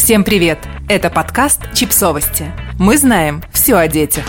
Всем привет! Это подкаст «Чипсовости». Мы знаем все о детях.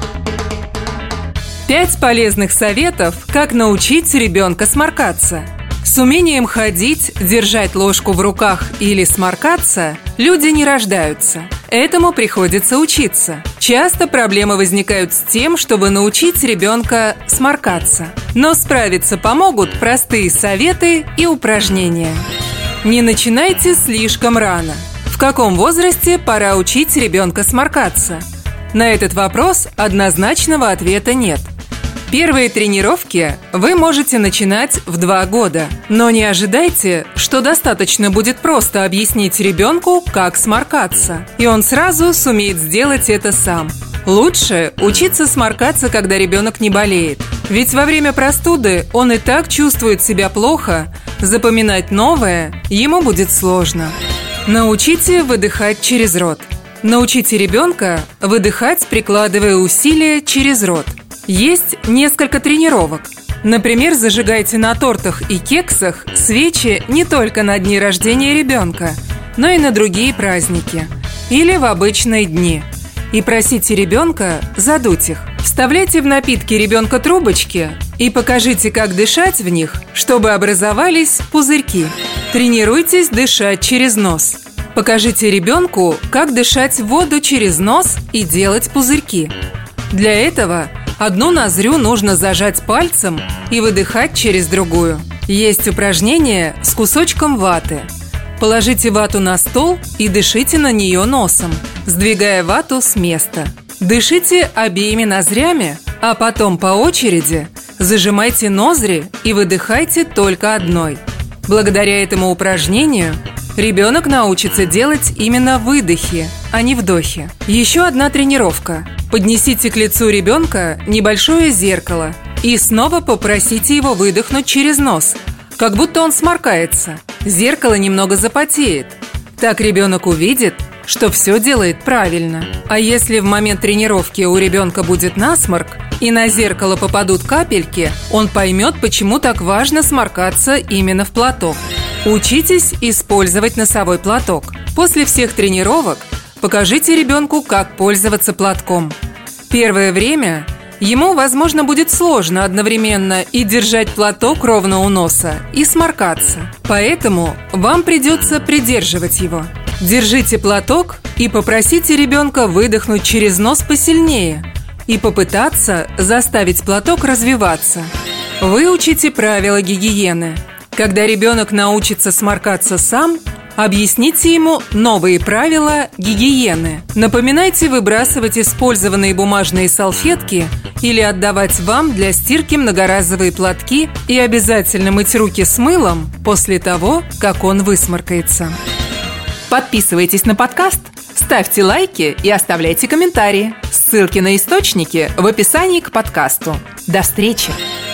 5 полезных советов, как научить ребенка сморкаться. С умением ходить, держать ложку в руках или сморкаться люди не рождаются. Этому приходится учиться. Часто проблемы возникают с тем, чтобы научить ребенка сморкаться. Но справиться помогут простые советы и упражнения. Не начинайте слишком рано. В каком возрасте пора учить ребенка сморкаться? На этот вопрос однозначного ответа нет. Первые тренировки вы можете начинать в 2 года, но не ожидайте, что достаточно будет просто объяснить ребенку, как сморкаться, и он сразу сумеет сделать это сам. Лучше учиться сморкаться, когда ребенок не болеет, ведь во время простуды он и так чувствует себя плохо, запоминать новое ему будет сложно. Научите выдыхать через рот. Научите ребенка выдыхать, прикладывая усилия через рот. Есть несколько тренировок. Например, зажигайте на тортах и кексах свечи не только на дни рождения ребенка, но и на другие праздники или в обычные дни. И просите ребенка задуть их. Вставляйте в напитки ребенка трубочки и покажите, как дышать в них, чтобы образовались пузырьки. Тренируйтесь дышать через нос. Покажите ребенку, как дышать в воду через нос и делать пузырьки. Для этого одну ноздрю нужно зажать пальцем и выдыхать через другую. Есть упражнение с кусочком ваты. Положите вату на стол и дышите на нее носом, сдвигая вату с места. Дышите обеими ноздрями, а потом по очереди зажимайте ноздри и выдыхайте только одной. Благодаря этому упражнению ребенок научится делать именно выдохи, а не вдохи. Еще одна тренировка. Поднесите к лицу ребенка небольшое зеркало и снова попросите его выдохнуть через нос, как будто он сморкается. Зеркало немного запотеет. Так ребенок увидит, что все делает правильно. А если в момент тренировки у ребенка будет насморк и на зеркало попадут капельки, он поймет, почему так важно сморкаться именно в платок. Учитесь использовать носовой платок. После всех тренировок покажите ребенку, как пользоваться платком. Первое время ему, возможно, будет сложно одновременно и держать платок ровно у носа, и сморкаться. Поэтому вам придется придерживать его. Держите платок и попросите ребенка выдохнуть через нос посильнее и попытаться заставить платок развиваться. Выучите правила гигиены. Когда ребенок научится сморкаться сам, объясните ему новые правила гигиены. Напоминайте выбрасывать использованные бумажные салфетки или отдавать вам для стирки многоразовые платки и обязательно мыть руки с мылом после того, как он высморкается. Подписывайтесь на подкаст, ставьте лайки и оставляйте комментарии. Ссылки на источники в описании к подкасту. До встречи!